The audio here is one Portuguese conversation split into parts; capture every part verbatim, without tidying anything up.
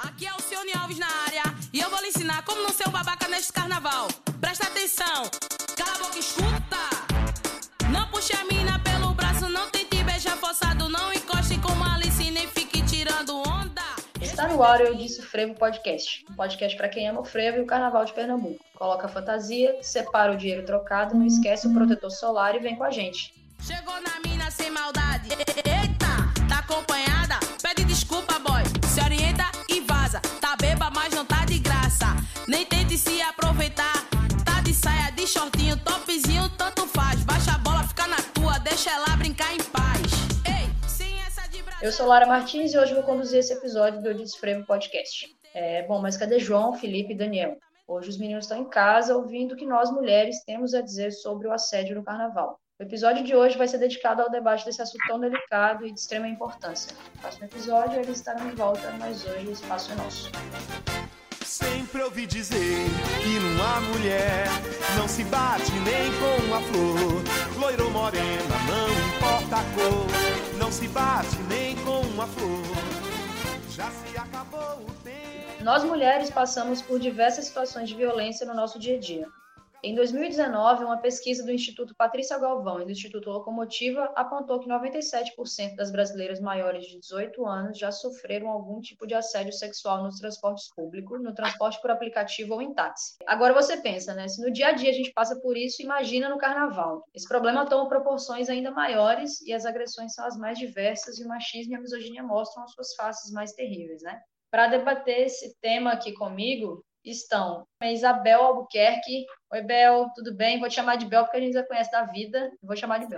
Aqui é o Cione Alves na área e eu vou lhe ensinar como não ser um babaca neste carnaval. Presta atenção, cala a boca e escuta. Não puxe a mina pelo braço, não tente beijar forçado, não encoste com malice, nem fique tirando onda. Está no ar o Eu Disse Frevo Podcast, um podcast para quem ama o frevo e o carnaval de Pernambuco. Coloca a fantasia, separa o dinheiro trocado, não esquece o protetor solar e vem com a gente. Chegou na mina sem maldade, eita, tá acompanhada? Pede desculpa, boy, se orienta e vaza. Tá beba, mas não tá de graça, nem tente se aproveitar. Tá de saia, de shortinho, topzinho, tanto faz. Baixa a bola, fica na tua, deixa ela brincar em paz. Ei, sem essa de Brasil. Eu sou Lara Martins e hoje vou conduzir esse episódio do Eu Disse Frevo Podcast. É, bom, mas cadê João, Felipe e Daniel? Hoje os meninos estão em casa ouvindo o que nós mulheres temos a dizer sobre o assédio no carnaval. O episódio de hoje vai ser dedicado ao debate desse assunto tão delicado e de extrema importância. No próximo episódio eles estarão de volta, mas hoje o espaço é nosso. Sempre ouvi dizer que numa mulher não se bate nem com uma flor. Loira ou morena, não importa a cor, não se bate nem com uma flor. Já se acabou o tempo. Nós mulheres passamos por diversas situações de violência no nosso dia a dia. Em dois mil e dezenove, uma pesquisa do Instituto Patrícia Galvão e do Instituto Locomotiva apontou que noventa e sete por cento das brasileiras maiores de dezoito anos já sofreram algum tipo de assédio sexual nos transportes públicos, no transporte por aplicativo ou em táxi. Agora você pensa, né? Se no dia a dia a gente passa por isso, imagina no carnaval. Esse problema toma proporções ainda maiores e as agressões são as mais diversas e o machismo e a misoginia mostram as suas faces mais terríveis, né? Para debater esse tema aqui comigo, estão a Isabel Albuquerque. Oi, Bel, tudo bem? Vou te chamar de Bel porque a gente já conhece da vida. Vou chamar de Bel.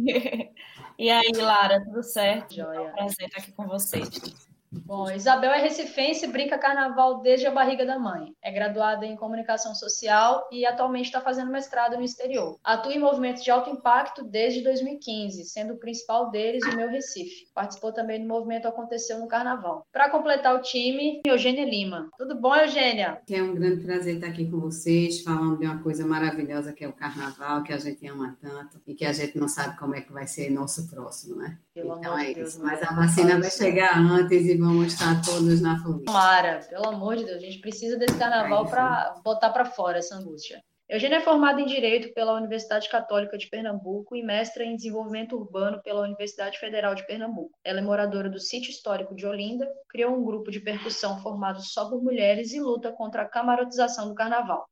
E aí, Lara, tudo certo? Joia. É um prazer estar aqui com vocês. Bom, Isabel é recifense e brinca carnaval desde a barriga da mãe. É graduada em comunicação social e atualmente está fazendo mestrado no exterior. Atua em movimentos de alto impacto desde dois mil e quinze, sendo o principal deles o Meu Recife. Participou também do movimento Aconteceu no Carnaval. Para completar o time, Eugênia Lima. Tudo bom, Eugênia? É um grande prazer estar aqui com vocês, falando de uma coisa maravilhosa que é o carnaval, que a gente ama tanto e que a gente não sabe como é que vai ser nosso próximo, né? Pelo então amor é de Deus, isso. Mas mulher. a vacina vai chegar antes e vamos estar todos na família. Tomara, pelo amor de Deus, a gente precisa desse carnaval para botar para fora essa angústia. Eugênia é formada em Direito pela Universidade Católica de Pernambuco e mestra em Desenvolvimento Urbano pela Universidade Federal de Pernambuco. Ela é moradora do Sítio Histórico de Olinda, criou um grupo de percussão formado só por mulheres e luta contra a camarotização do carnaval.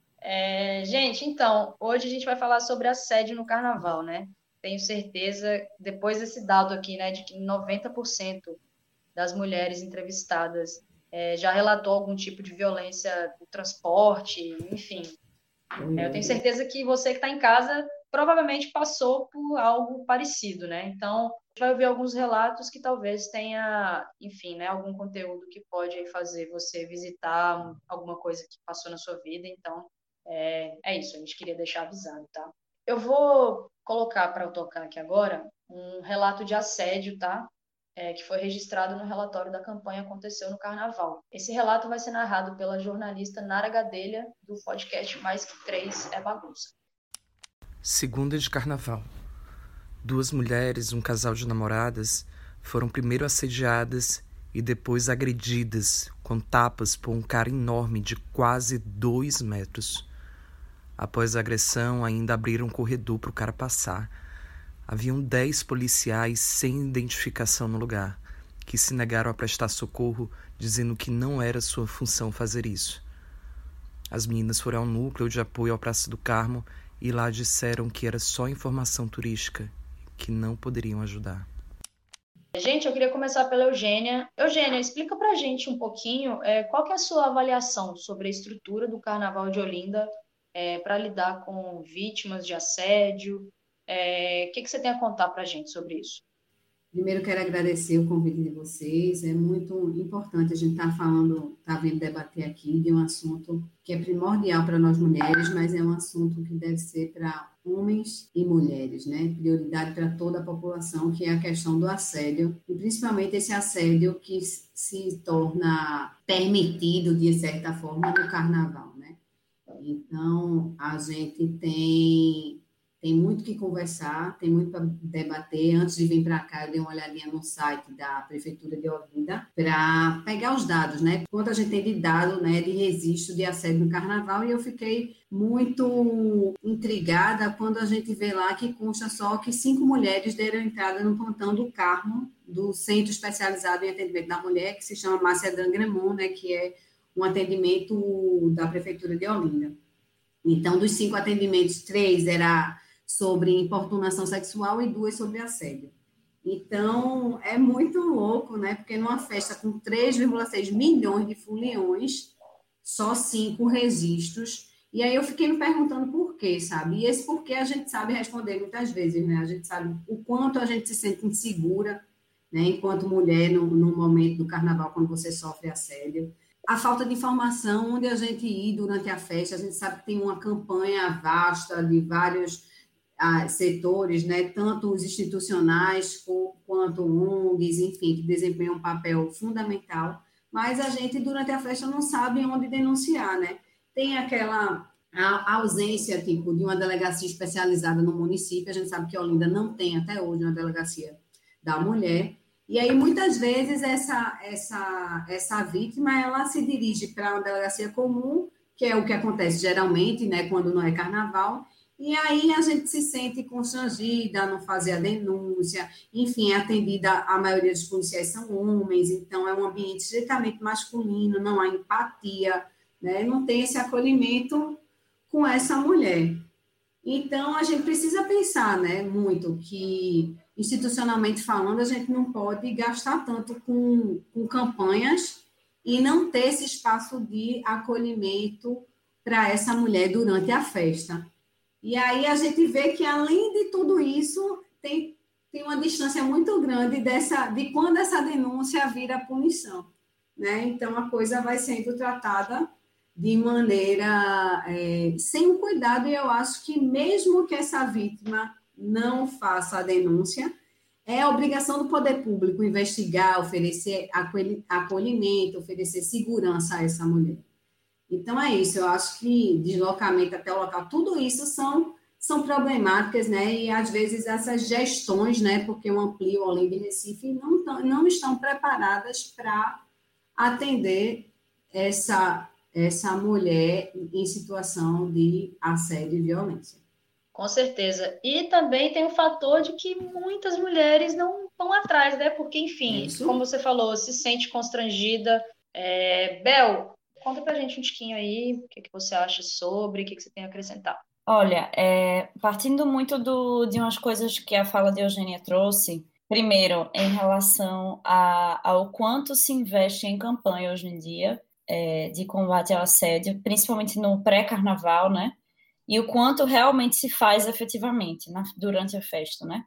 É, gente, então, hoje a gente vai falar sobre assédio no carnaval, né? Tenho certeza, depois desse dado aqui, né, de que noventa por cento das mulheres entrevistadas é, já relatou algum tipo de violência no transporte, enfim. É, eu tenho certeza que você que está em casa provavelmente passou por algo parecido, né? Então, a gente vai ouvir alguns relatos que talvez tenha, enfim, né, algum conteúdo que pode aí fazer você visitar alguma coisa que passou na sua vida. Então, é, é isso, a gente queria deixar avisado, tá? Eu vou colocar para eu tocar aqui agora um relato de assédio, tá? É, que foi registrado no relatório da campanha Aconteceu no Carnaval. Esse relato vai ser narrado pela jornalista Nara Gadelha, do podcast Mais Que Três é Bagunça. Segunda de Carnaval. Duas mulheres, um casal de namoradas, foram primeiro assediadas e depois agredidas com tapas por um cara enorme de quase dois metros. Após a agressão, ainda abriram um corredor para o cara passar. Haviam dez policiais sem identificação no lugar, que se negaram a prestar socorro, dizendo que não era sua função fazer isso. As meninas foram ao núcleo de apoio ao Praça do Carmo e lá disseram que era só informação turística, que não poderiam ajudar. Gente, eu queria começar pela Eugênia. Eugênia, explica pra gente um pouquinho é, qual que é a sua avaliação sobre a estrutura do Carnaval de Olinda é, para lidar com vítimas de assédio. É, o que, que você tem a contar para a gente sobre isso? Primeiro, quero agradecer o convite de vocês. É muito importante a gente estar falando, estar vindo debater aqui de um assunto que é primordial para nós mulheres, mas é um assunto que deve ser para homens e mulheres, né? Prioridade para toda a população, que é a questão do assédio, e principalmente esse assédio que se torna permitido, de certa forma, no carnaval, né? Então, a gente tem tem muito que conversar, tem muito para debater. Antes de vir para cá, eu dei uma olhadinha no site da Prefeitura de Olinda para pegar os dados, né? Quanto a gente tem de dado, né, de registro de assédio no Carnaval, e eu fiquei muito intrigada quando a gente vê lá que consta só que cinco mulheres deram entrada no plantão do Carmo, do Centro Especializado em Atendimento da Mulher, que se chama Márcia Dangremont, né, que é um atendimento da Prefeitura de Olinda. Então, dos cinco atendimentos, três era sobre importunação sexual e duas sobre assédio. Então, é muito louco, né? Porque numa festa com três vírgula seis milhões de foliões, só cinco registros. E aí eu fiquei me perguntando por quê, sabe? E esse porquê a gente sabe responder muitas vezes, né? A gente sabe o quanto a gente se sente insegura, né? Enquanto mulher, no, no momento do Carnaval, quando você sofre assédio. A falta de informação, onde a gente ir durante a festa, a gente sabe que tem uma campanha vasta de vários ah, setores, né, tanto os institucionais quanto O N Gs, enfim, que desempenham um papel fundamental, mas a gente, durante a festa, não sabe onde denunciar, né? Tem aquela a ausência, tipo, de uma delegacia especializada no município, a gente sabe que Olinda não tem até hoje uma delegacia da mulher. E aí, muitas vezes, essa, essa, essa vítima, ela se dirige para uma delegacia comum, que é o que acontece geralmente, né, quando não é carnaval, e aí a gente se sente constrangida a não fazer a denúncia, enfim, é atendida, a maioria dos policiais são homens, então é um ambiente estritamente masculino, não há empatia, né, não tem esse acolhimento com essa mulher. Então, a gente precisa pensar, né, muito que, institucionalmente falando, a gente não pode gastar tanto com, com campanhas e não ter esse espaço de acolhimento para essa mulher durante a festa. E aí a gente vê que, além de tudo isso, tem, tem uma distância muito grande dessa, de quando essa denúncia vira punição, né? Então, a coisa vai sendo tratada de maneira é, sem o cuidado, e eu acho que mesmo que essa vítima não faça a denúncia, é obrigação do poder público investigar, oferecer acolhimento, oferecer segurança a essa mulher. Então, é isso, eu acho que deslocamento até o local, tudo isso são, são problemáticas, né, e às vezes essas gestões, né, porque o Amplio, Olinda e Recife, não, tão, não estão preparadas para atender essa, essa mulher em situação de assédio e violência. Com certeza. E também tem o fator de que muitas mulheres não vão atrás, né? Porque, enfim, Isso. como você falou, se sente constrangida. É... Bel, conta pra gente um tiquinho aí, o que, que você acha sobre, o que, que você tem a acrescentar. Olha, é, partindo muito do, de umas coisas que a fala de Eugênia trouxe, primeiro, em relação a, ao quanto se investe em campanha hoje em dia é, de combate ao assédio, principalmente no pré-carnaval, né? E o quanto realmente se faz efetivamente na, durante a festa, né?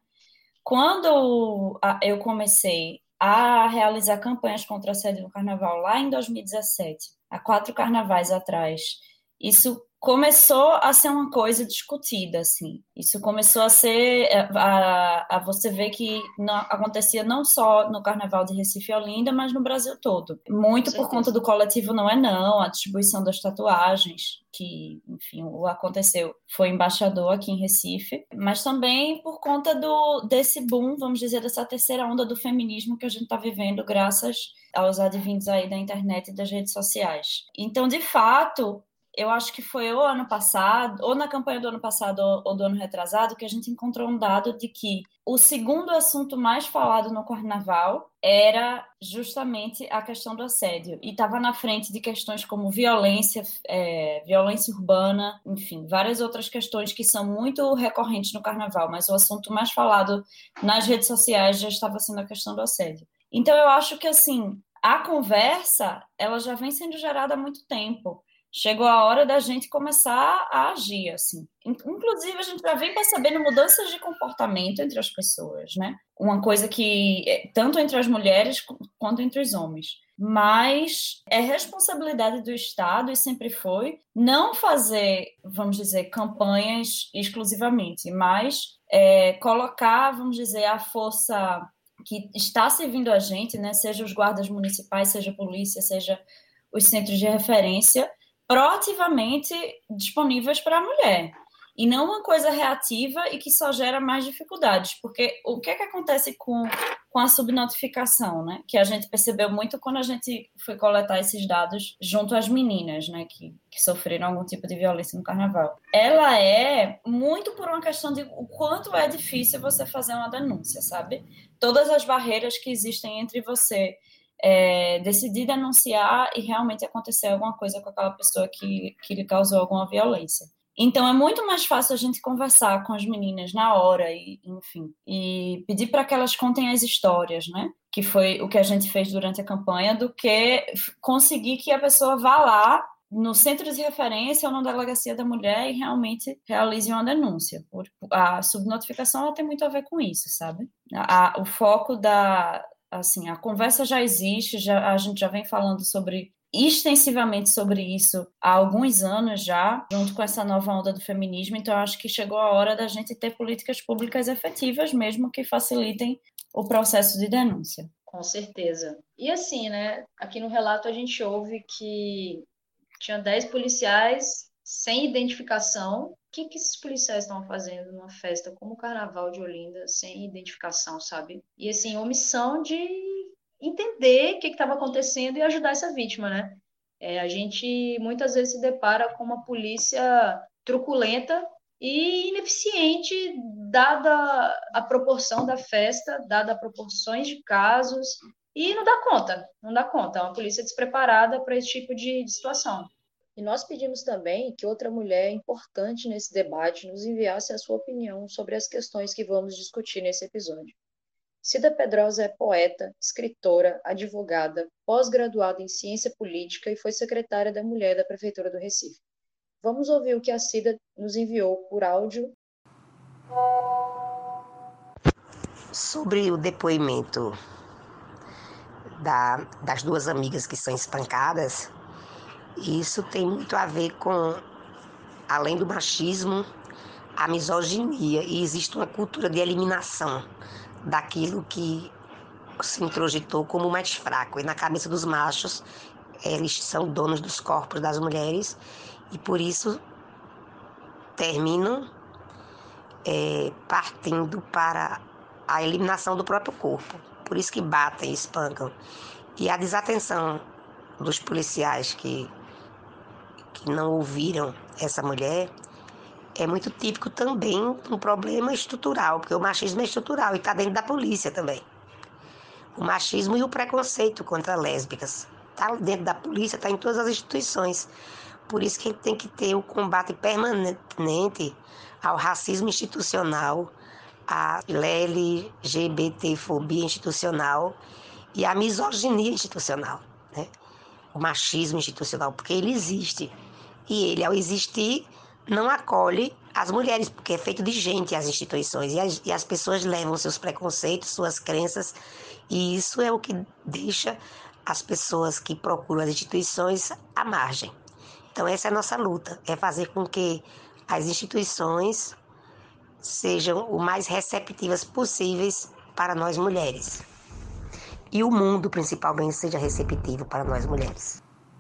Quando a, eu comecei a realizar campanhas contra assédio no carnaval lá em dois mil e dezessete, há quatro carnavais atrás, isso começou a ser uma coisa discutida, assim. Isso começou a ser... A, a você ver que não, acontecia não só no Carnaval de Recife e Olinda, mas no Brasil todo. Muito por conta do coletivo Não é Não, a distribuição das tatuagens, que, enfim, o aconteceu, foi embaixador aqui em Recife, mas também por conta do, desse boom, vamos dizer, dessa terceira onda do feminismo que a gente está vivendo graças aos advindos aí da internet e das redes sociais. Então, de fato... Eu acho que foi ou ano passado, ou na campanha do ano passado ou do ano retrasado, que a gente encontrou um dado de que o segundo assunto mais falado no Carnaval era justamente a questão do assédio. E estava na frente de questões como violência, é, violência urbana, enfim, várias outras questões que são muito recorrentes no Carnaval, mas o assunto mais falado nas redes sociais já estava sendo a questão do assédio. Então, eu acho que, assim, a conversa, ela já vem sendo gerada há muito tempo. Chegou a hora da gente começar a agir, assim. Inclusive, a gente já vem percebendo mudanças de comportamento entre as pessoas, né? Uma coisa que, tanto entre as mulheres quanto entre os homens. Mas é responsabilidade do Estado, e sempre foi, não fazer, vamos dizer, campanhas exclusivamente, mas é, colocar, vamos dizer, a força que está servindo a gente, né? Seja os guardas municipais, seja a polícia, seja os centros de referência, proativamente disponíveis para a mulher. e não uma coisa reativa e que só gera mais dificuldades, porque o que é que acontece com, com a subnotificação, né? Que a gente percebeu muito quando a gente foi coletar esses dados junto às meninas, né? Que, que sofreram algum tipo de violência no carnaval. Ela é muito por uma questão de o quanto é difícil você fazer uma denúncia, sabe? Todas as barreiras que existem entre você é, decidir denunciar e realmente acontecer alguma coisa com aquela pessoa que, que lhe causou alguma violência. Então, é muito mais fácil a gente conversar com as meninas na hora, e, enfim, e pedir para que elas contem as histórias, né? Que foi o que a gente fez durante a campanha, do que conseguir que a pessoa vá lá no centro de referência ou na delegacia da mulher e realmente realize uma denúncia. A subnotificação ela tem muito a ver com isso, sabe? A, o foco da... Assim, a conversa já existe, já, a gente já vem falando sobre... extensivamente sobre isso há alguns anos já, junto com essa nova onda do feminismo, então acho que chegou a hora da gente ter políticas públicas efetivas mesmo que facilitem o processo de denúncia. Com certeza. E assim, né, aqui no relato a gente ouve que tinha dez policiais sem identificação. O que, que esses policiais estão fazendo numa festa como o Carnaval de Olinda sem identificação, sabe? E assim, omissão de entender o que estava acontecendo e ajudar essa vítima, né? É, a gente muitas vezes se depara com uma polícia truculenta e ineficiente, dada a proporção da festa, dada as proporções de casos, e não dá conta, não dá conta. É uma polícia despreparada para esse tipo de, de situação. E nós pedimos também que outra mulher importante nesse debate nos enviasse a sua opinião sobre as questões que vamos discutir nesse episódio. Cida Pedrosa é poeta, escritora, advogada, pós-graduada em ciência política e foi secretária da Mulher da Prefeitura do Recife. Vamos ouvir o que a Cida nos enviou por áudio. Sobre o depoimento da, das duas amigas que são espancadas, isso tem muito a ver com, além do machismo, a misoginia, e existe uma cultura de eliminação daquilo que se introjetou como mais fraco. E na cabeça dos machos, eles são donos dos corpos das mulheres e por isso terminam é, partindo para a eliminação do próprio corpo. Por isso que batem e espancam. E a desatenção dos policiais que, que não ouviram essa mulher é muito típico também um problema estrutural, porque o machismo é estrutural e está dentro da polícia também. O machismo e o preconceito contra lésbicas está dentro da polícia, está em todas as instituições. Por isso que a gente tem que ter o combate permanente ao racismo institucional, à L G B T fobia institucional e à misoginia institucional, né? O machismo institucional, porque ele existe. E ele, ao existir, não acolhe as mulheres, porque é feito de gente as instituições, e as, e as pessoas levam seus preconceitos, suas crenças, e isso é o que deixa as pessoas que procuram as instituições à margem. Então essa é a nossa luta, é fazer com que as instituições sejam o mais receptivas possíveis para nós mulheres. E o mundo, principalmente, seja receptivo para nós mulheres.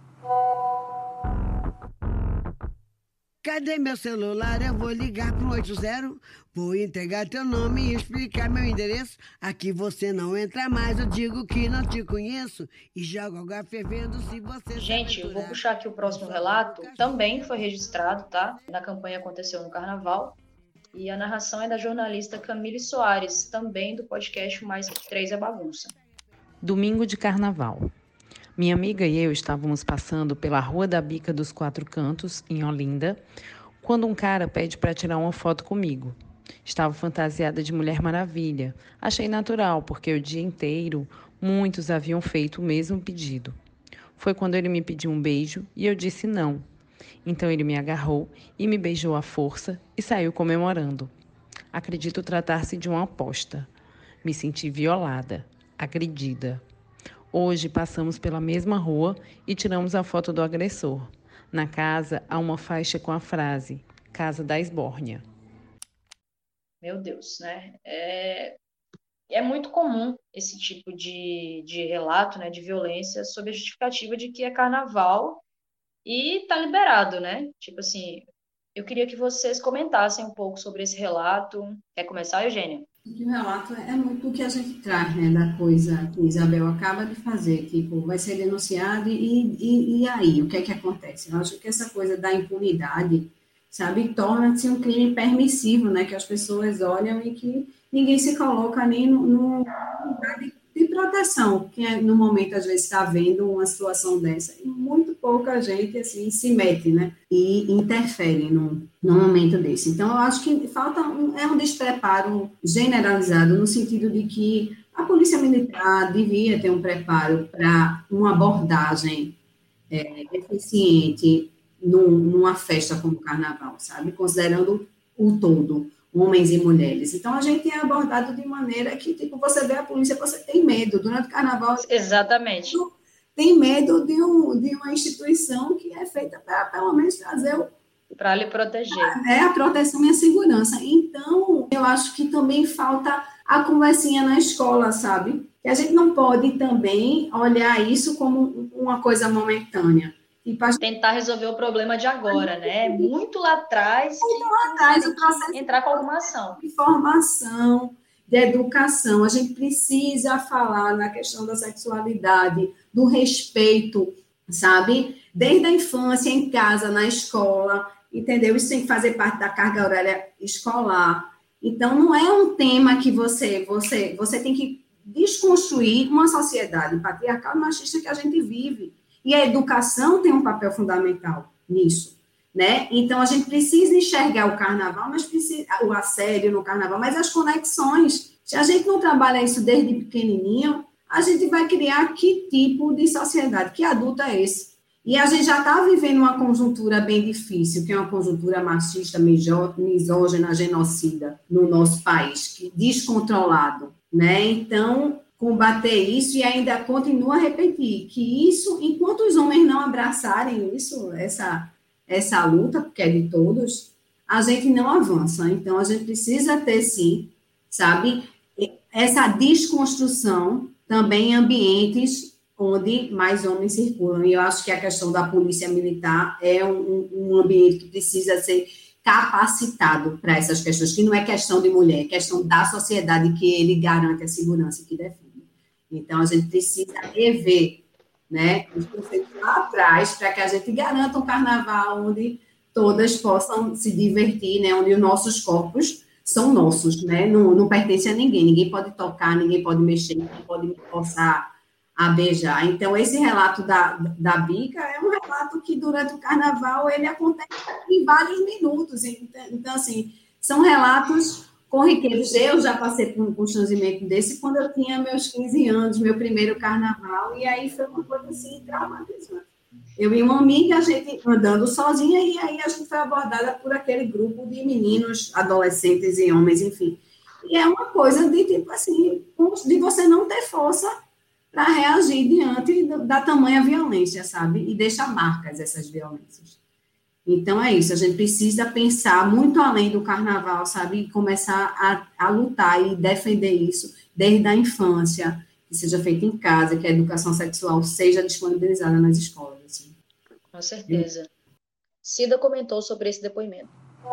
Cadê meu celular? Eu vou ligar pro oito zero. Vou entregar teu nome e explicar meu endereço. Aqui você não entra mais, eu digo que não te conheço. E jogo água fervendo se você... Gente, eu vou puxar aqui o próximo relato. Também foi registrado, tá? Na campanha aconteceu no Carnaval. E a narração é da jornalista Camille Soares, também do podcast Mais Que Três é Bagunça. Domingo de Carnaval. Minha amiga e eu estávamos passando pela Rua da Bica dos Quatro Cantos, em Olinda, quando um cara pede para tirar uma foto comigo. Estava fantasiada de Mulher Maravilha. Achei natural, porque o dia inteiro muitos haviam feito o mesmo pedido. Foi quando ele me pediu um beijo e eu disse não. Então ele me agarrou e me beijou à força e saiu comemorando. Acredito tratar-se de uma aposta. Me senti violada, agredida. Hoje passamos pela mesma rua e tiramos a foto do agressor. Na casa há uma faixa com a frase Casa da Esbórnia. Meu Deus, né? É, é muito comum esse tipo de, de relato, né, de violência sob a justificativa de que é carnaval e tá liberado, né? Tipo assim, Eu queria que vocês comentassem um pouco sobre esse relato. Quer começar, Eugênia? O relato é muito o que a gente traz, né, da coisa que Isabel acaba de fazer, tipo, vai ser denunciado e, e, e aí, o que é que acontece? Eu acho que essa coisa da impunidade, sabe, torna-se um crime permissivo, né, que as pessoas olham e que ninguém se coloca nem no, no lugar de, de proteção, que é, no momento, às vezes, está vendo uma situação dessa, e muito pouca gente, assim, se mete, né, e interfere num, num momento desse. Então, eu acho que falta um, é um despreparo generalizado, no sentido de que a Polícia Militar devia ter um preparo para uma abordagem é, eficiente num, numa festa como o Carnaval, sabe, considerando o todo, homens e mulheres. Então, a gente é abordado de maneira que, tipo, você vê a polícia, você tem medo. Durante o Carnaval... Exatamente. Tem medo de, um, de uma instituição que é feita para, pelo menos, trazer o... Para lhe proteger. É, a proteção e a segurança. Então, eu acho que também falta a conversinha na escola, sabe? Que a gente não pode também olhar isso como uma coisa momentânea. Gente... Tentar resolver o problema de agora, né? Muito lá atrás, muito lá atrás, o processo entrar com alguma ação. De formação, de educação. A gente precisa falar na questão da sexualidade, do respeito, sabe? Desde a infância, em casa, na escola, entendeu? Isso tem que fazer parte da carga horária escolar. Então, não é um tema que você, você, você tem que desconstruir uma sociedade patriarcal e machista que a gente vive. E a educação tem um papel fundamental nisso, né? Então, a gente precisa enxergar o carnaval, mas precisa, o assédio no carnaval, mas as conexões. Se a gente não trabalha isso desde pequenininho, a gente vai criar que tipo de sociedade, que adulto é esse? E a gente já está vivendo uma conjuntura bem difícil, que é uma conjuntura machista, misógina, genocida no nosso país, que descontrolado, né? Então, combater isso e ainda continua a repetir que isso, enquanto os homens não abraçarem isso, essa, essa luta, porque é de todos, a gente não avança. Então, a gente precisa ter, sim, sabe, essa desconstrução também em ambientes onde mais homens circulam. E eu acho que a questão da polícia militar é um, um ambiente que precisa ser capacitado para essas questões, que não é questão de mulher, é questão da sociedade que ele garante a segurança e que defende. Então, a gente precisa rever, né, os conceitos lá atrás para que a gente garanta um carnaval onde todas possam se divertir, né, onde os nossos corpos são nossos, né, não, não pertence a ninguém, ninguém pode tocar, ninguém pode mexer, ninguém pode me forçar a beijar. Então, esse relato da, da Bica é um relato que, durante o carnaval, ele acontece em vários minutos. Então, então assim, são relatos corriqueiros. Eu já passei por um constrangimento desse quando eu tinha meus quinze anos, meu primeiro carnaval, e aí foi uma coisa, assim, traumatizante. Eu e uma amiga, a gente andando sozinha, e aí a gente foi abordada por aquele grupo de meninos, adolescentes e homens, enfim. E é uma coisa de, tipo assim, de você não ter força para reagir diante da tamanha violência, sabe? E deixa marcas essas violências. Então, é isso, a gente precisa pensar muito além do carnaval, sabe? E começar a, a lutar e defender isso desde a infância, que seja feito em casa, que a educação sexual seja disponibilizada nas escolas. Assim. Com certeza. Cida comentou sobre esse depoimento.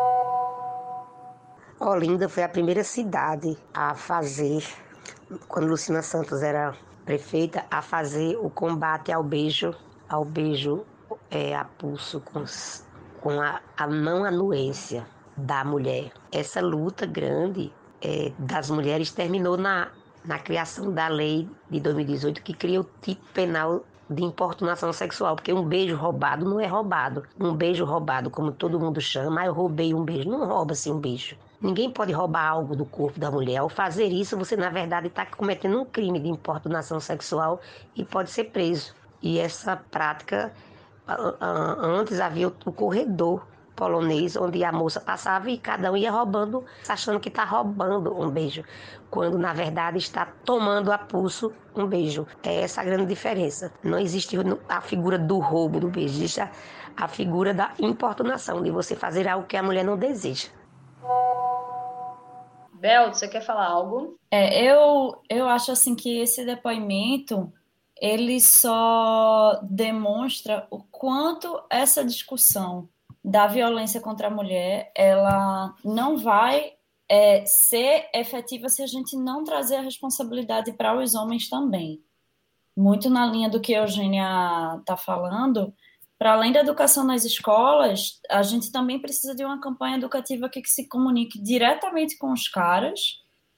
Olinda foi a primeira cidade a fazer, quando Lucina Santos era prefeita, a fazer o combate ao beijo, ao beijo é, a pulso com, com a, a não anuência da mulher. Essa luta grande é, das mulheres terminou na, na criação da lei de dois mil e dezoito, que cria o tipo penal de importunação sexual, porque um beijo roubado não é roubado. Um beijo roubado, como todo mundo chama, ah, eu roubei um beijo. Não rouba-se um beijo. Ninguém pode roubar algo do corpo da mulher. Ao fazer isso, você, na verdade, está cometendo um crime de importunação sexual e pode ser preso. E essa prática, antes havia o corredor polonês, onde a moça passava e cada um ia roubando, achando que está roubando um beijo, quando, na verdade, está tomando a pulso um beijo. É essa a grande diferença. Não existe a figura do roubo do beijo, existe a, a figura da importunação, de você fazer algo que a mulher não deseja. Bel, você quer falar algo? É, eu, eu acho assim que esse depoimento, ele só demonstra o quanto essa discussão da violência contra a mulher, ela não vai é, ser efetiva se a gente não trazer a responsabilidade para os homens também. Muito na linha do que a Eugênia está falando, para além da educação nas escolas, a gente também precisa de uma campanha educativa que, que se comunique diretamente com os caras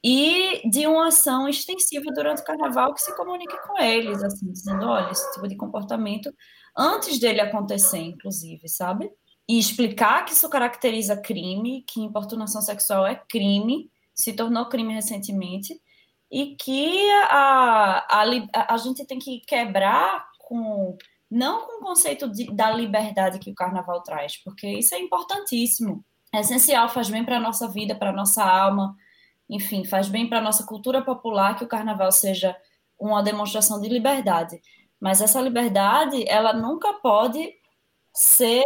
e de uma ação extensiva durante o carnaval que se comunique com eles, assim, dizendo, olha, esse tipo de comportamento, antes dele acontecer, inclusive, sabe? E explicar que isso caracteriza crime, que importunação sexual é crime, se tornou crime recentemente, e que a, a, a gente tem que quebrar com, não com o conceito de, da liberdade que o carnaval traz, porque isso é importantíssimo, é essencial, faz bem para a nossa vida, para a nossa alma, enfim, faz bem para a nossa cultura popular que o carnaval seja uma demonstração de liberdade. Mas essa liberdade, ela nunca pode ser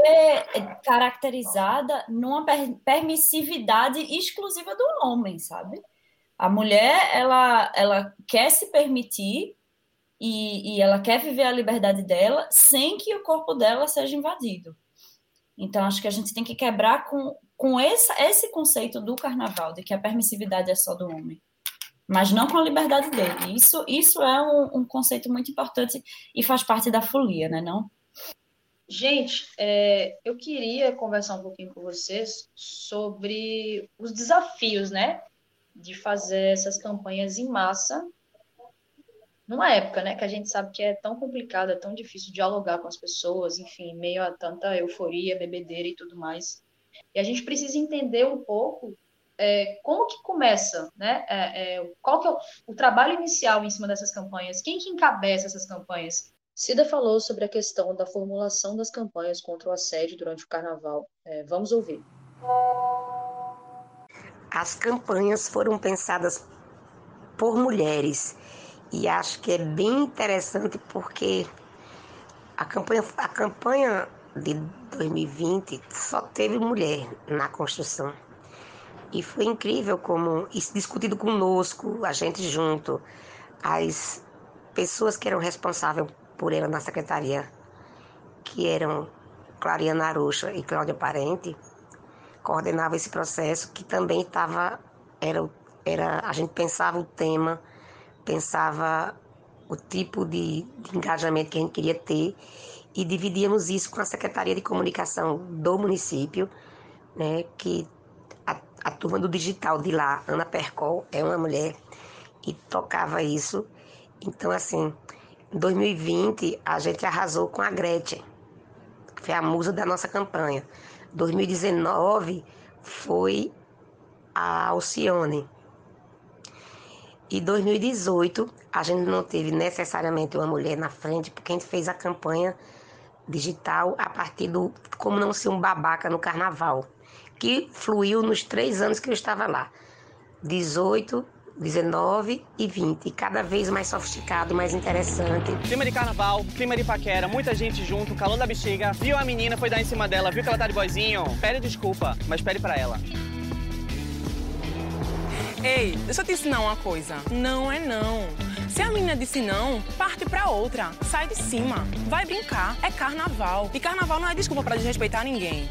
caracterizada numa permissividade exclusiva do homem, sabe? A mulher, ela, ela quer se permitir e, e ela quer viver a liberdade dela sem que o corpo dela seja invadido. Então, acho que a gente tem que quebrar com, com esse, esse conceito do carnaval, de que a permissividade é só do homem, mas não com a liberdade dele. Isso, isso é um, um conceito muito importante e faz parte da folia, né, não? Gente, é, eu queria conversar um pouquinho com vocês sobre os desafios, né, de fazer essas campanhas em massa numa época, né, que a gente sabe que é tão complicado, é tão difícil dialogar com as pessoas, enfim, meio a tanta euforia, bebedeira e tudo mais. E a gente precisa entender um pouco é, como que começa, né, é, é, qual que é o, o trabalho inicial em cima dessas campanhas, quem que encabeça essas campanhas. Cida falou sobre a questão da formulação das campanhas contra o assédio durante o carnaval. É, vamos ouvir. As campanhas foram pensadas por mulheres e acho que é bem interessante porque a campanha, a campanha de dois mil e vinte só teve mulher na construção. E foi incrível como isso discutido conosco, a gente junto, as pessoas que eram responsáveis por ela na secretaria, que eram Clariana Arocha e Cláudia Parente, coordenavam esse processo, que também estava, era, era, a gente pensava o tema, pensava o tipo de, de engajamento que a gente queria ter e dividíamos isso com a Secretaria de Comunicação do município, né, que a, a turma do digital de lá, Ana Percol, é uma mulher, e tocava isso. Então, assim, em dois mil e vinte, a gente arrasou com a Gretchen, que foi a musa da nossa campanha. dois mil e dezenove foi a Alcione. E dois mil e dezoito, a gente não teve necessariamente uma mulher na frente, porque a gente fez a campanha digital a partir do Como Não Ser um Babaca no Carnaval, que fluiu nos três anos que eu estava lá. dezoito, dezenove e vinte, cada vez mais sofisticado, mais interessante. Clima de carnaval, clima de paquera, muita gente junto, calor da bexiga, viu a menina, foi dar em cima dela, viu que ela tá de boizinho, pede desculpa, mas pede pra ela. Ei, deixa eu te ensinar uma coisa, não é não. Se a menina disse não, parte pra outra, sai de cima, vai brincar, é carnaval. E carnaval não é desculpa pra desrespeitar ninguém.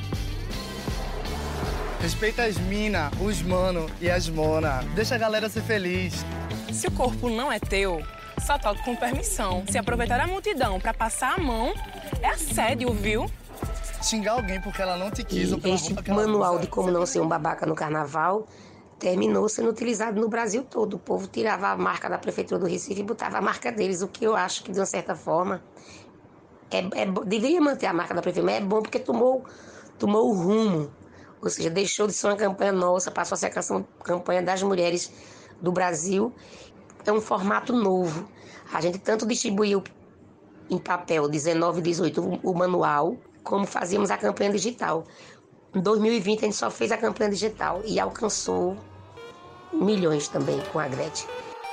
Respeita as mina, os mano e as mona. Deixa a galera ser feliz. Se o corpo não é teu, só toca com permissão. Se aproveitar a multidão pra passar a mão, é assédio, viu? Xingar alguém porque ela não te quis e ou pela este roupa que ela manual usa. de como não ser um babaca no carnaval terminou sendo utilizado no Brasil todo. O povo tirava a marca da Prefeitura do Recife e botava a marca deles, o que eu acho que, de uma certa forma, é, é, deveria manter a marca da Prefeitura, mas é bom porque tomou, tomou o rumo. Ou seja, deixou de ser uma campanha nossa, passou a ser a campanha das mulheres do Brasil. É um formato novo. A gente tanto distribuiu em papel, dezenove e dezoito, o, o manual, como fazíamos a campanha digital. Em dois mil e vinte, a gente só fez a campanha digital e alcançou milhões também com a Gretchen.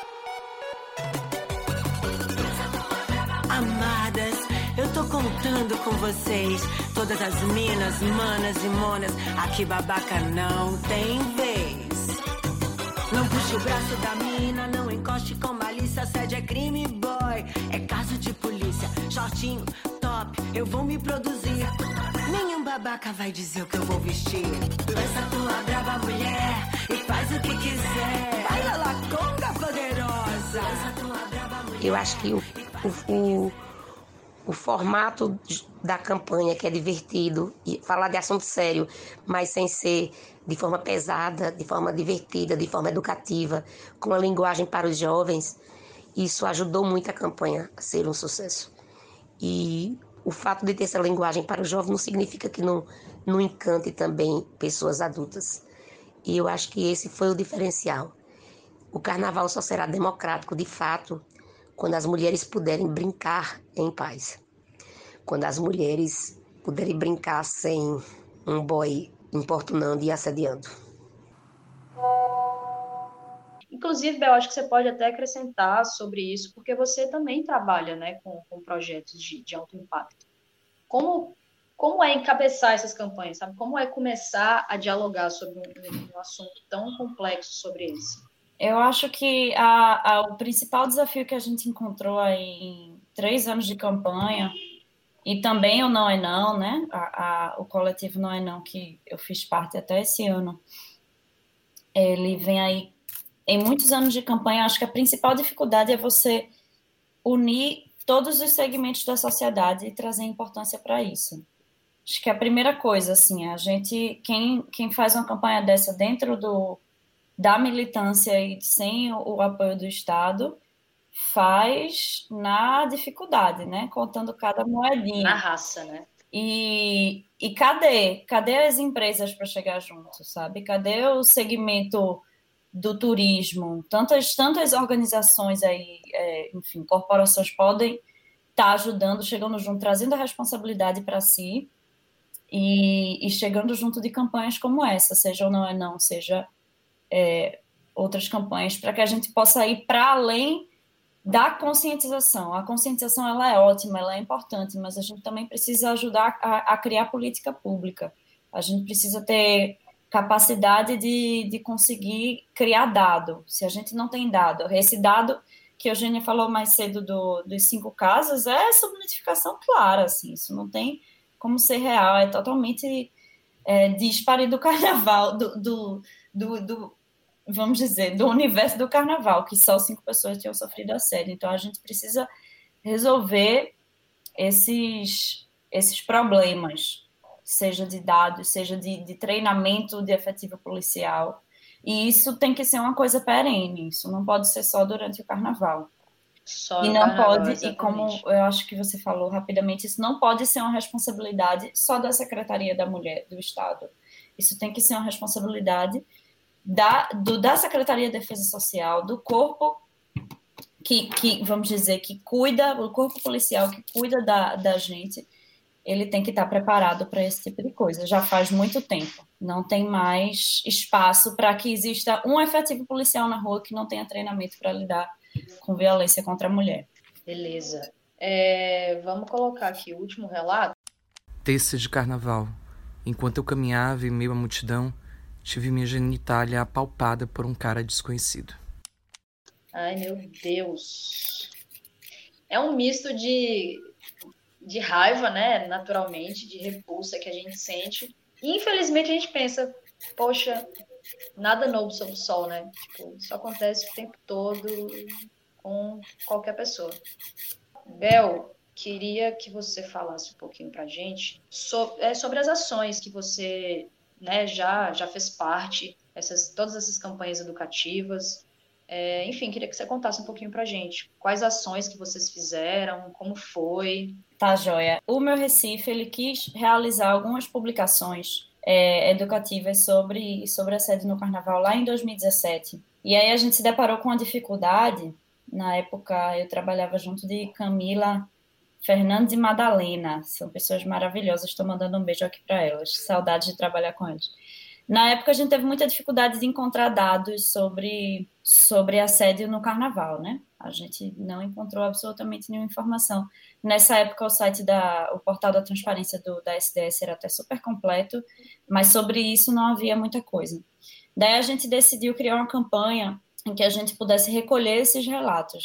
Amadas, eu tô contando com vocês, todas as minas, manas e monas, aqui babaca não tem vez. Não puxe o braço da mina, não encoste com malícia, assédio é crime, boy, é caso de polícia. Shortinho, top, eu vou me produzir. Nenhum babaca vai dizer o que eu vou vestir. Lança tua brava mulher e faz o que quiser. Baila la conga poderosa. Lança tua brava mulher. Eu acho que o, o, o, o formato da campanha, que é divertido, e falar de assunto sério, mas sem ser de forma pesada, de forma divertida, de forma educativa, com a linguagem para os jovens, isso ajudou muito a campanha a ser um sucesso. E o fato de ter essa linguagem para o jovem não significa que não, não encante também pessoas adultas. E eu acho que esse foi o diferencial. O carnaval só será democrático, de fato, quando as mulheres puderem brincar em paz. Quando as mulheres puderem brincar sem um boy importunando e assediando. Inclusive, Bel, acho que você pode até acrescentar sobre isso, porque você também trabalha, né, com, com projetos de, de alto impacto. Como, como é encabeçar essas campanhas, sabe? Como é começar a dialogar sobre um, um assunto tão complexo sobre esse? Eu acho que a, a, o principal desafio que a gente encontrou aí em três anos de campanha, e também o Não é Não, né? A, a, o coletivo Não é Não, que eu fiz parte até esse ano, ele vem aí em muitos anos de campanha. Acho que a principal dificuldade é você unir todos os segmentos da sociedade e trazer importância para isso. Acho que a primeira coisa, assim, a gente, quem, quem faz uma campanha dessa dentro do, da militância e sem o, o apoio do Estado, faz na dificuldade, né? Contando cada moedinha. Na raça, né? E, e cadê? Cadê as empresas para chegar junto, sabe? Cadê o segmento do turismo? Tantas, tantas organizações aí, é, enfim, corporações podem estar tá ajudando, chegando junto, trazendo a responsabilidade para si e, e chegando junto de campanhas como essa, seja ou Não é Não, seja é, outras campanhas, para que a gente possa ir para além da conscientização. A conscientização, ela é ótima, ela é importante, mas a gente também precisa ajudar a, a criar política pública. A gente precisa ter capacidade de, de conseguir criar dado. Se a gente não tem dado, esse dado que a Eugênia falou mais cedo do, dos cinco casos é subnotificação clara, assim, isso não tem como ser real, é totalmente é, dispare do carnaval, do, do, do, do, vamos dizer, do universo do carnaval, que só cinco pessoas tinham sofrido assédio. Então a gente precisa resolver esses, esses problemas, seja de dados, seja de, de treinamento de efetivo policial. E isso tem que ser uma coisa perene, isso não pode ser só durante o carnaval. Só e no não carnaval, pode, exatamente. E como eu acho que você falou rapidamente, isso não pode ser uma responsabilidade só da Secretaria da Mulher do Estado. Isso tem que ser uma responsabilidade da, do, da Secretaria de Defesa Social, do corpo que, que, vamos dizer, que cuida, o corpo policial que cuida da, da gente. Ele tem que estar preparado para esse tipo de coisa. Já faz muito tempo. Não tem mais espaço para que exista um efetivo policial na rua que não tenha treinamento para lidar com violência contra a mulher. Beleza. É, vamos colocar aqui o último relato. Terça de carnaval. Enquanto eu caminhava em meio à multidão, tive minha genitália apalpada por um cara desconhecido. Ai, meu Deus. É um misto de... de raiva, né, naturalmente, de repulsa que a gente sente. E, infelizmente, a gente pensa, poxa, nada novo sob o sol, né? Tipo, isso acontece o tempo todo com qualquer pessoa. Bel, queria que você falasse um pouquinho pra gente sobre, é, sobre as ações que você, né, já, já fez parte, essas, todas essas campanhas educativas. É, enfim, queria que você contasse um pouquinho pra gente. Quais ações que vocês fizeram, como foi... Tá, joia. O Meu Recife, ele quis realizar algumas publicações é, educativas sobre, sobre assédio no carnaval lá em dois mil e dezessete. E aí a gente se deparou com uma dificuldade. Na época, eu trabalhava junto de Camila Fernandes e Madalena. São pessoas maravilhosas. Estou mandando um beijo aqui para elas. Saudades de trabalhar com elas. Na época, a gente teve muita dificuldade de encontrar dados sobre, sobre assédio no carnaval, né? A gente não encontrou absolutamente nenhuma informação. Nessa época, o site, da, o portal da transparência do, da S D S era até super completo, mas sobre isso não havia muita coisa. Daí a gente decidiu criar uma campanha em que a gente pudesse recolher esses relatos, né?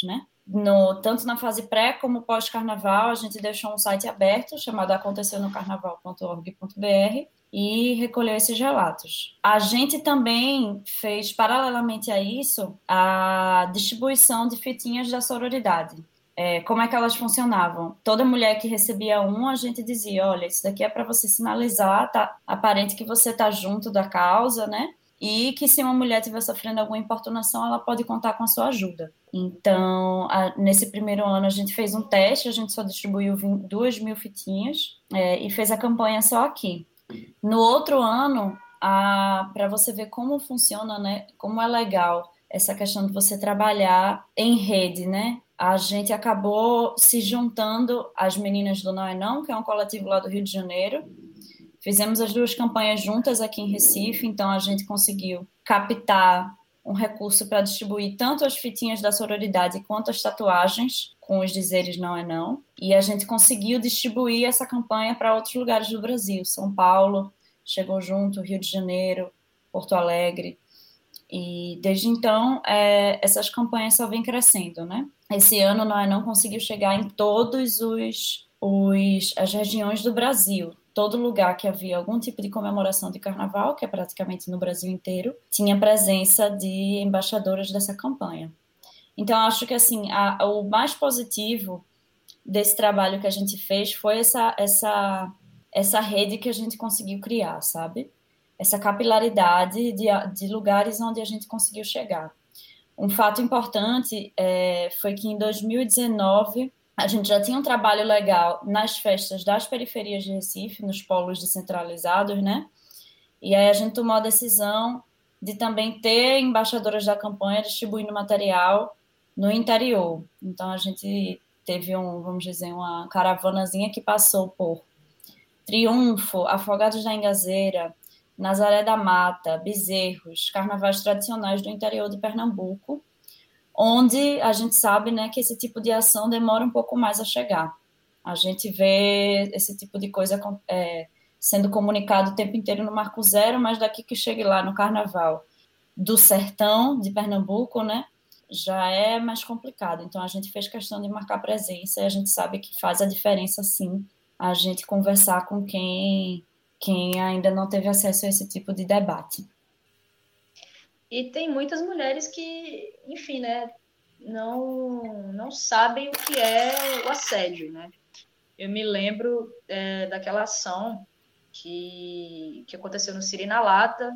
no, tanto na fase pré como pós-carnaval, a gente deixou um site aberto chamado aconteceu no carnaval ponto org ponto b r e recolheu esses relatos. A gente também fez, paralelamente a isso, a distribuição de fitinhas da sororidade. É, como é que elas funcionavam? Toda mulher que recebia um, a gente dizia, olha, isso daqui é para você sinalizar, tá aparente que você está junto da causa, né? E que se uma mulher estiver sofrendo alguma importunação, ela pode contar com a sua ajuda. Então, a, nesse primeiro ano, a gente fez um teste, a gente só distribuiu duas mil fitinhas é, e fez a campanha só aqui. No outro ano, para você ver como funciona, né, como é legal essa questão de você trabalhar em rede, né? A gente acabou se juntando às meninas do Não é Não, que é um coletivo lá do Rio de Janeiro. Fizemos as duas campanhas juntas aqui em Recife, então a gente conseguiu captar um recurso para distribuir tanto as fitinhas da sororidade quanto as tatuagens com os dizeres Não é Não. E a gente conseguiu distribuir essa campanha para outros lugares do Brasil. São Paulo chegou junto, Rio de Janeiro, Porto Alegre. E desde então, é, essas campanhas só vêm crescendo, né? Esse ano Não é Não conseguiu chegar em todas os, os, as regiões do Brasil. Todo lugar que havia algum tipo de comemoração de carnaval, que é praticamente no Brasil inteiro, tinha presença de embaixadoras dessa campanha. Então, acho que assim, a, o mais positivo desse trabalho que a gente fez foi essa, essa, essa rede que a gente conseguiu criar, sabe? Essa capilaridade de, de lugares onde a gente conseguiu chegar. Um fato importante é, foi que em dois mil e dezenove a gente já tinha um trabalho legal nas festas das periferias de Recife, nos polos descentralizados, né? E aí a gente tomou a decisão de também ter embaixadoras da campanha distribuindo material no interior. Então a gente teve um, vamos dizer, uma caravanazinha que passou por Triunfo, Afogados da Engazeira, Nazaré da Mata, Bezerros, carnavais tradicionais do interior de Pernambuco, onde a gente sabe, né, que esse tipo de ação demora um pouco mais a chegar. A gente vê esse tipo de coisa é, sendo comunicado o tempo inteiro no Marco Zero, mas daqui que chegue lá no Carnaval do Sertão de Pernambuco, né, já é mais complicado. Então, a gente fez questão de marcar presença e a gente sabe que faz a diferença, sim, a gente conversar com quem, quem ainda não teve acesso a esse tipo de debate. E tem muitas mulheres que, enfim, né, não, não sabem o que é o assédio, né? Eu me lembro é, daquela ação que, que aconteceu no Siri na Lata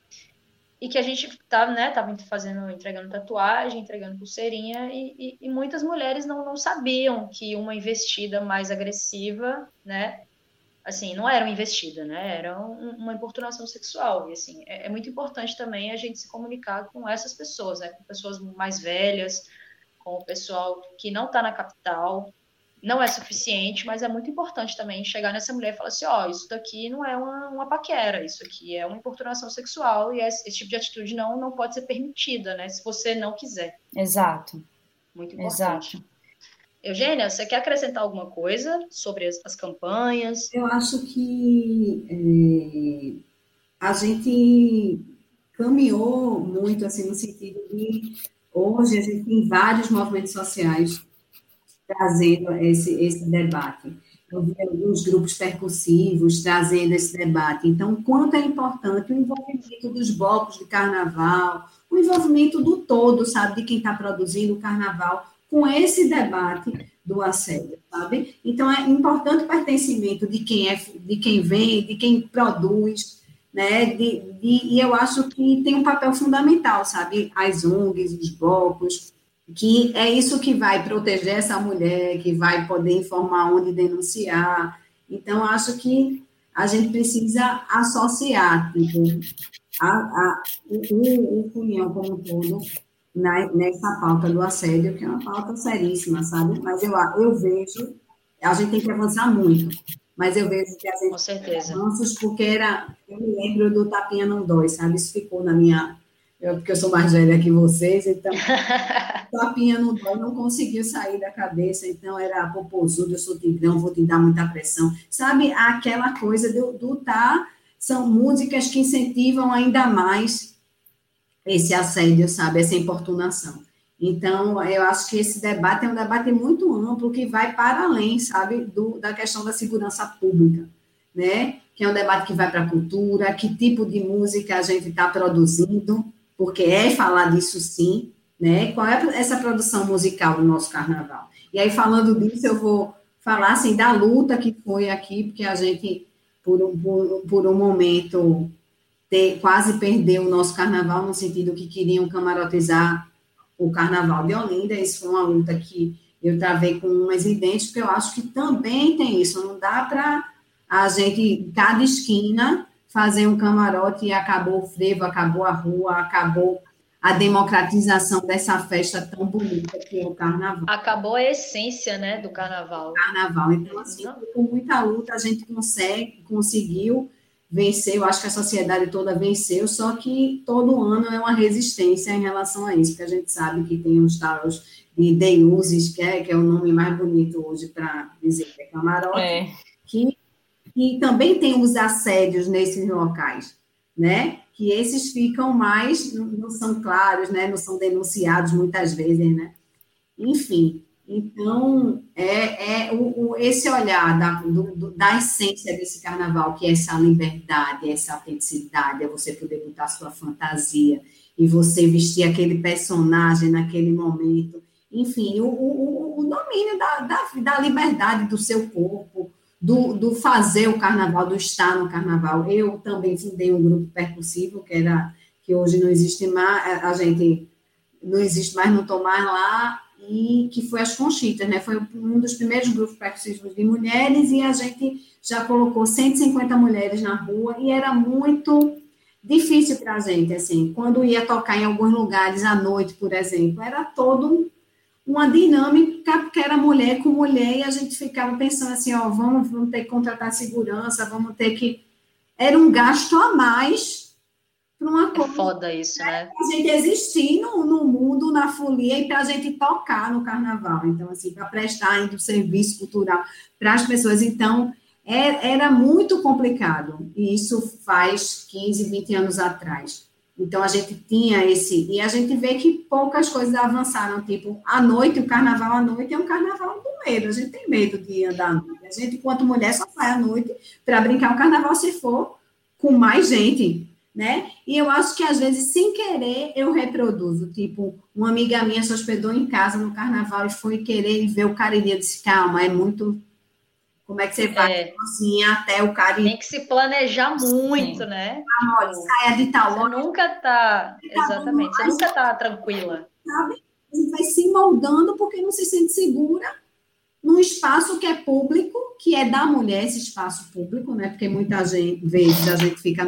e que a gente estava, né, tava fazendo, entregando tatuagem, entregando pulseirinha e, e, e muitas mulheres não, não sabiam que uma investida mais agressiva, né, assim, não era uma investida, né? Era um, uma importunação sexual. E, assim, é, é muito importante também a gente se comunicar com essas pessoas, né? Com pessoas mais velhas, com o pessoal que não está na capital. Não é suficiente, mas é muito importante também chegar nessa mulher e falar assim, ó, oh, isso daqui não é uma, uma paquera, isso aqui é uma importunação sexual e esse, esse tipo de atitude não, não pode ser permitida, né? Se você não quiser. Exato. Muito importante. Exato. Eugênia, você quer acrescentar alguma coisa sobre as, as campanhas? Eu acho que é, a gente caminhou muito assim, no sentido de hoje a gente tem vários movimentos sociais trazendo esse, esse debate. Eu vi alguns grupos percussivos trazendo esse debate. Então, quanto é importante o envolvimento dos blocos de carnaval, o envolvimento do todo, sabe, de quem está produzindo o carnaval, com esse debate do assédio, sabe? Então, é importante o pertencimento de quem, é, de quem vem, de quem produz, né? De, de, e eu acho que tem um papel fundamental, sabe? As O N Gs, os blocos, que é isso que vai proteger essa mulher, que vai poder informar onde denunciar. Então, acho que a gente precisa associar tipo, a, a, o, o União como um todo Na, nessa pauta do assédio, que é uma pauta seríssima, sabe? Mas eu, eu vejo, a gente tem que avançar muito, mas eu vejo que a gente Com certeza. avanços, porque era, eu me lembro do Tapinha Não Dói, sabe? Isso ficou na minha, eu, porque eu sou mais velha que vocês, então, Tapinha Não Dói não conseguiu sair da cabeça, então era popozudo, eu sou tigrão, vou te dar muita pressão, sabe? Aquela coisa do, do tá, são músicas que incentivam ainda mais esse assédio, sabe, essa importunação. Então, eu acho que esse debate é um debate muito amplo, que vai para além, sabe, do, da questão da segurança pública, né? Que é um debate que vai para a cultura, que tipo de música a gente está produzindo, porque é falar disso sim, né? Qual é essa produção musical do nosso carnaval? E aí, falando disso, eu vou falar, assim, da luta que foi aqui, porque a gente, por um, por, por um momento, ter, quase perdeu o nosso carnaval, no sentido que queriam camarotizar o Carnaval de Olinda. Isso foi uma luta que eu travei com umas videntes, porque eu acho que também tem isso, não dá para a gente, em cada esquina, fazer um camarote e acabou o frevo, acabou a rua, acabou a democratização dessa festa tão bonita que é o Carnaval. Acabou a essência, né, do Carnaval. Carnaval. Então, assim, com muita luta, a gente consegue, conseguiu vencer, eu acho que a sociedade toda venceu, só que todo ano é uma resistência em relação a isso, porque a gente sabe que tem os talos de deuses, que é, que é o nome mais bonito hoje para dizer que é camarote, é. que e também tem os assédios nesses locais, né? Que esses ficam mais, não são claros, né? Não são denunciados muitas vezes, né? Enfim, então, é, é o, o, esse olhar da, do, da essência desse carnaval, que é essa liberdade, essa autenticidade, é você poder botar sua fantasia e você vestir aquele personagem naquele momento, enfim, o, o, o domínio da, da, da liberdade do seu corpo, Do, do fazer o carnaval, do estar no carnaval. Eu também fundei um grupo percussivo, que era, que hoje não existe mais, a gente não existe mais, não estou mais lá, e que foi as Conchitas, né? Foi um dos primeiros grupos percussivos de mulheres, e a gente já colocou cento e cinquenta mulheres na rua, e era muito difícil para a gente, assim, quando ia tocar em alguns lugares à noite, por exemplo, era todo uma dinâmica, porque era mulher com mulher, e a gente ficava pensando assim, ó, vamos, vamos ter que contratar segurança, vamos ter que... Era um gasto a mais para uma coisa... É foda isso, né? Para a gente existir no, no mundo, na folia, e para a gente tocar no carnaval. Então, assim, para prestar ainda o serviço cultural para as pessoas. Então, é, era muito complicado, e isso faz quinze, vinte anos atrás. Então, a gente tinha esse... E a gente vê que poucas coisas avançaram, tipo, à noite, o carnaval à noite é um carnaval do medo. A gente tem medo de andar à noite. A gente, enquanto mulher, só sai à noite para brincar o carnaval se for com mais gente, né? E eu acho que, às vezes, sem querer, eu reproduzo. Tipo, uma amiga minha se hospedou em casa no carnaval e foi querer ver o Cariri. Eu disse, calma, é muito... Como é que você vai é. assim, até o Cariri? Tem que se planejar muito, Sim. né? Ah, tipo, saia de tal hora. Você nunca tá... Exatamente, você nunca tá tranquila. Sabe? A gente vai se moldando porque não se sente segura num espaço que é público, que é da mulher, esse espaço público, né? Porque muita gente, vezes, a gente fica no...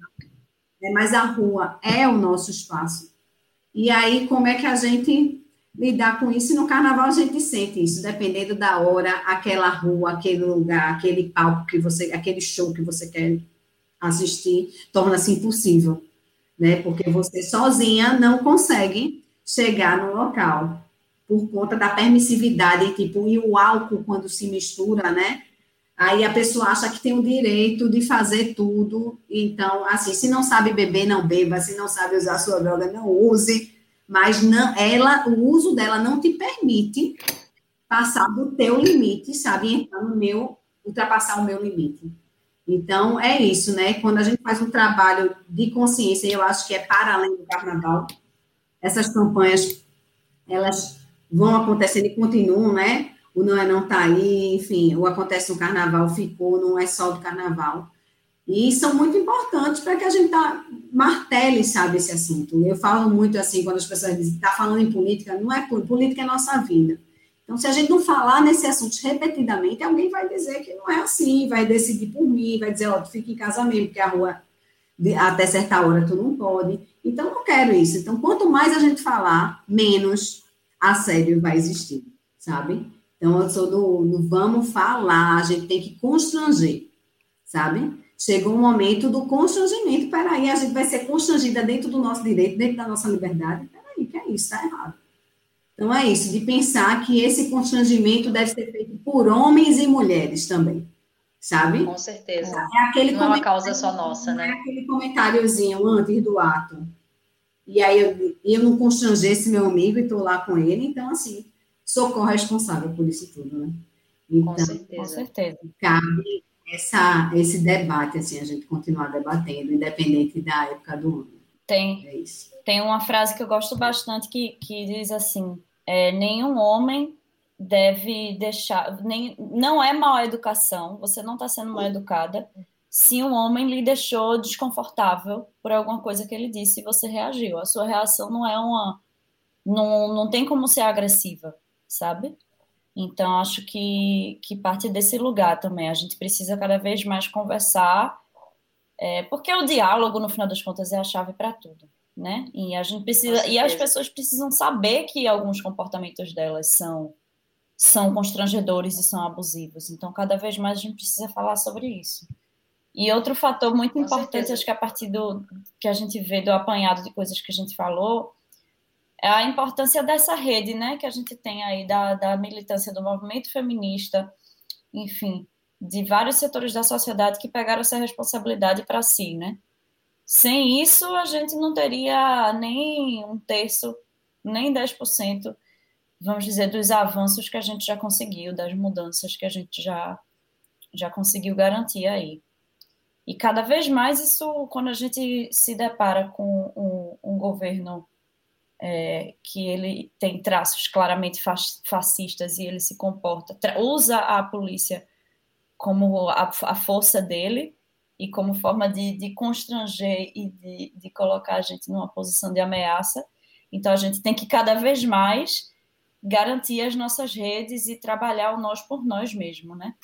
Mas a rua é o nosso espaço. E aí, como é que a gente... lidar com isso, e no carnaval a gente sente isso, dependendo da hora, aquela rua, aquele lugar, aquele palco que você, aquele show que você quer assistir, torna-se impossível, né, porque você sozinha não consegue chegar no local, por conta da permissividade, tipo, e o álcool quando se mistura, né, aí a pessoa acha que tem o direito de fazer tudo, então, assim, se não sabe beber, não beba, se não sabe usar sua droga, não use, mas não, ela, o uso dela não te permite passar do teu limite, sabe? Entrar no meu, ultrapassar o meu limite. Então, é isso, né? Quando a gente faz um trabalho de consciência, eu acho que é para além do carnaval, essas campanhas, elas vão acontecendo e continuam, né? O Não é Não tá aí, enfim, o Acontece no Carnaval ficou, não é só do carnaval. E são muito importantes para que a gente tá, martele, sabe, esse assunto. Eu falo muito assim, quando as pessoas dizem, está falando em política, não é política, é nossa vida. Então, se a gente não falar nesse assunto repetidamente, alguém vai dizer que não é assim, vai decidir por mim, vai dizer, ó, tu fica em casa mesmo, porque a rua, até certa hora, tu não pode. Então, eu não quero isso. Então, quanto mais a gente falar, menos assédio vai existir, sabe? Então, eu sou do, do vamos falar, a gente tem que constranger, sabe? Chegou o momento do constrangimento. Peraí, a gente vai ser constrangida dentro do nosso direito, dentro da nossa liberdade? Peraí, que é isso? Está errado. Então, é isso, de pensar que esse constrangimento deve ser feito por homens e mulheres também, sabe? Com certeza. É aquele não é uma causa só nossa, né? É aquele comentáriozinho antes do ato. e aí eu, eu não constrangesse meu amigo e estou lá com ele, então, assim, sou corresponsável por isso tudo, né? Então, com certeza. Com certeza. Cabe essa, esse debate, assim, a gente continuar debatendo, independente da época do ano. Tem, é isso. Tem uma frase que eu gosto bastante que, que diz assim, é, nenhum homem deve deixar, nem, não é mal educação, você não está sendo mal educada, se um homem lhe deixou desconfortável por alguma coisa que ele disse e você reagiu. A sua reação não é uma, não, não tem como ser agressiva, sabe? Então, acho que, que parte desse lugar também. A gente precisa cada vez mais conversar, é, porque o diálogo, no final das contas, é a chave para tudo, né? E a gente precisa, e as pessoas precisam saber que alguns comportamentos delas são, são constrangedores e são abusivos. Então, cada vez mais a gente precisa falar sobre isso. E outro fator muito Com importante, certeza. acho que a partir do que a gente vê do apanhado de coisas que a gente falou, é a importância dessa rede, né, que a gente tem aí da, da militância do movimento feminista, enfim, de vários setores da sociedade que pegaram essa responsabilidade para si, né? Sem isso, a gente não teria nem um terço, nem dez por cento, vamos dizer, dos avanços que a gente já conseguiu, das mudanças que a gente já, já conseguiu garantir aí. E cada vez mais isso, quando a gente se depara com um, um governo É, que ele tem traços claramente fascistas e ele se comporta, usa a polícia como a, a força dele e como forma de, de constranger e de, de colocar a gente numa posição de ameaça. Então, a gente tem que cada vez mais garantir as nossas redes e trabalhar o nós por nós mesmos, né?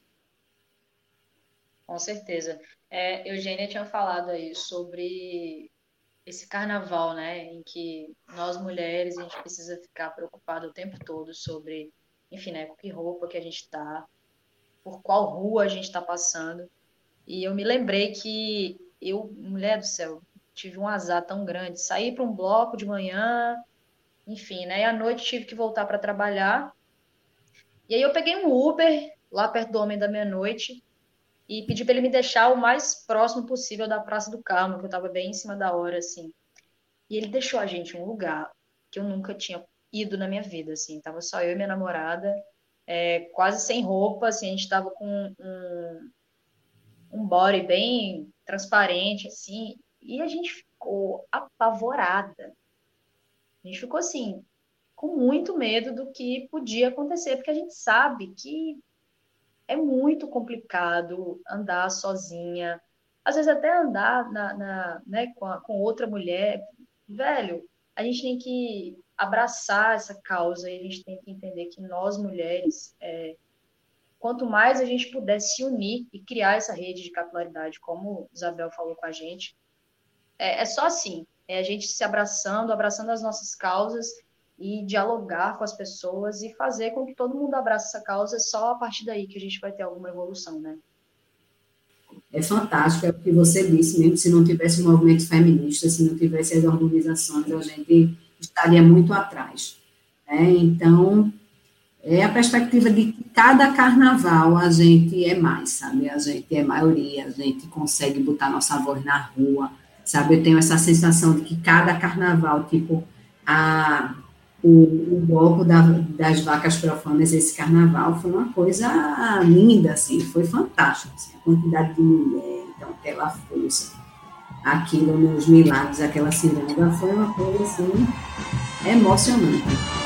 Com certeza. É, Eugênia tinha falado aí sobre esse carnaval, né, em que nós mulheres, a gente precisa ficar preocupado o tempo todo sobre, enfim, né, que roupa que a gente tá, por qual rua a gente está passando. E eu me lembrei que eu, mulher do céu, tive um azar tão grande, saí para um bloco de manhã, enfim, né, e à noite tive que voltar para trabalhar. E aí eu peguei um Uber lá perto do Homem da Meia-Noite e pedi para ele me deixar o mais próximo possível da Praça do Carmo, que eu estava bem em cima da hora, assim. E ele deixou a gente em um lugar que eu nunca tinha ido na minha vida, assim. Tava só eu e minha namorada, é, quase sem roupa, assim. A gente tava com um, um body bem transparente, assim. E a gente ficou apavorada. A gente ficou, assim, com muito medo do que podia acontecer, porque a gente sabe que é muito complicado andar sozinha, às vezes até andar na, na, né, com, a, com outra mulher. Velho, a gente tem que abraçar essa causa e a gente tem que entender que nós, mulheres, é, quanto mais a gente puder se unir e criar essa rede de capilaridade, como Isabel falou com a gente, é, é só assim, é a gente se abraçando, abraçando as nossas causas e dialogar com as pessoas e fazer com que todo mundo abrace essa causa. É só a partir daí que a gente vai ter alguma evolução, né? É fantástico, é o que você disse, mesmo se não tivesse um movimento feminista, se não tivesse as organizações, a gente estaria muito atrás. Né? Então, é a perspectiva de que cada carnaval a gente é mais, sabe? A gente é maioria, a gente consegue botar nossa voz na rua, sabe? Eu tenho essa sensação de que cada carnaval, tipo, a... O, o bloco da, das vacas profanas, esse carnaval, foi uma coisa linda, assim, foi fantástico, assim, a quantidade de mulher, então, aquela força, aquilo nos milagres, aquela ciranda, foi uma coisa, assim, emocionante.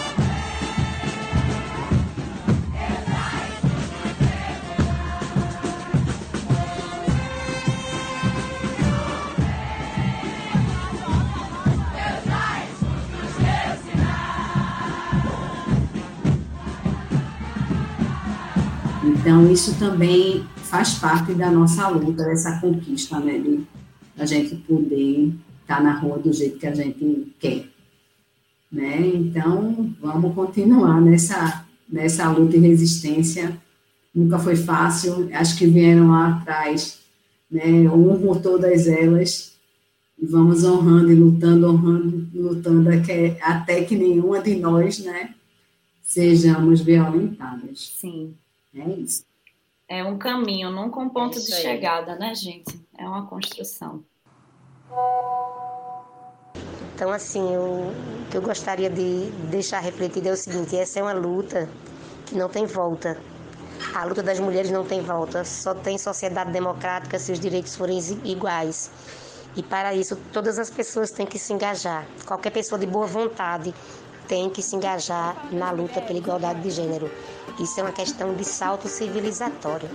Então, isso também faz parte da nossa luta, dessa conquista, né, de a gente poder estar na rua do jeito que a gente quer, né? Então, vamos continuar nessa, nessa luta e resistência. Nunca foi fácil, acho que vieram lá atrás, né, honro todas elas, e vamos honrando e lutando, honrando, lutando até, até que nenhuma de nós, né, sejamos violentadas. Sim. É isso. É um caminho, nunca um ponto É de isso aí. chegada, né, gente? É uma construção. Então, assim, o que eu gostaria de deixar refletido é o seguinte: essa é uma luta que não tem volta. A luta das mulheres não tem volta, só tem sociedade democrática se os direitos forem iguais. E para isso, todas as pessoas têm que se engajar. Qualquer pessoa de boa vontade tem que se engajar na luta pela igualdade de gênero. Isso é uma questão de salto civilizatório.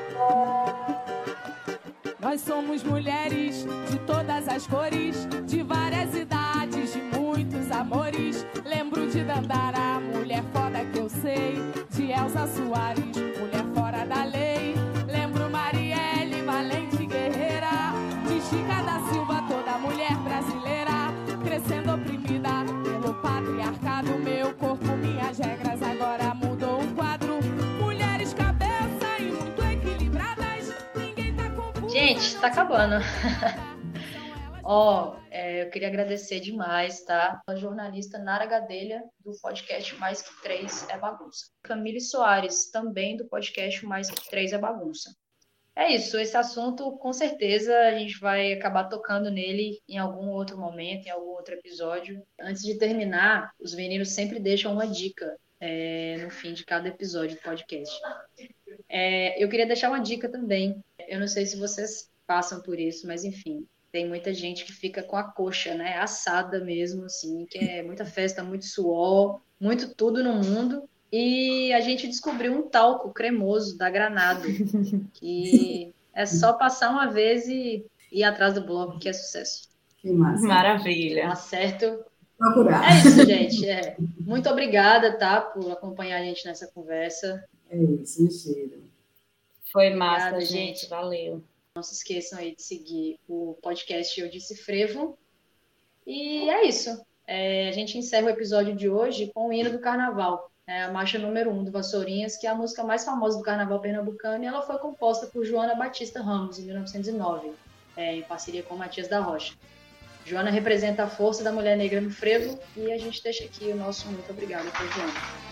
Nós somos mulheres de todas as cores, de várias idades, de muitos amores. Lembro de Dandara, mulher foda que eu sei, de Elza Soares, mulher fora da lei. Lembro Marielle, valente guerreira, de Chica da Silva, toda mulher brasileira, crescendo oprimida pelo patriarcado. Meu corpo, minhas regras, agora mudou o quadro. Mulheres cabeça e muito equilibradas, ninguém tá confuso. Gente, tá acabando. Ó, oh, é, eu queria agradecer demais, tá? A jornalista Nara Gadelha, do podcast Mais Que Três é Bagunça. Camille Soares, também do podcast Mais Que Três é Bagunça. É isso, esse assunto, com certeza, a gente vai acabar tocando nele em algum outro momento, em algum outro episódio. Antes de terminar, os meninos sempre deixam uma dica é, no fim de cada episódio do podcast. É, eu queria deixar uma dica também. Eu não sei se vocês passam por isso, mas enfim, tem muita gente que fica com a coxa, né, assada mesmo, assim, que é muita festa, muito suor, muito tudo no mundo. E a gente descobriu um talco cremoso da Granado, que é só passar uma vez e ir atrás do bloco, que é sucesso. Que massa. Maravilha. Tá certo? Procurar. É isso, gente. É. Muito obrigada, tá, por acompanhar a gente nessa conversa. É isso, um cheiro. Foi massa, Obrigada, gente. gente. Valeu. Não se esqueçam aí de seguir o podcast Eu Disse Frevo. E é isso. É, a gente encerra o episódio de hoje com o hino do Carnaval. É a marcha número um do Vassourinhas, que é a música mais famosa do Carnaval pernambucano, e ela foi composta por Joana Batista Ramos, em mil novecentos e nove, é, em parceria com Matias da Rocha. Joana representa a força da mulher negra no frevo, e a gente deixa aqui o nosso muito obrigado para Joana.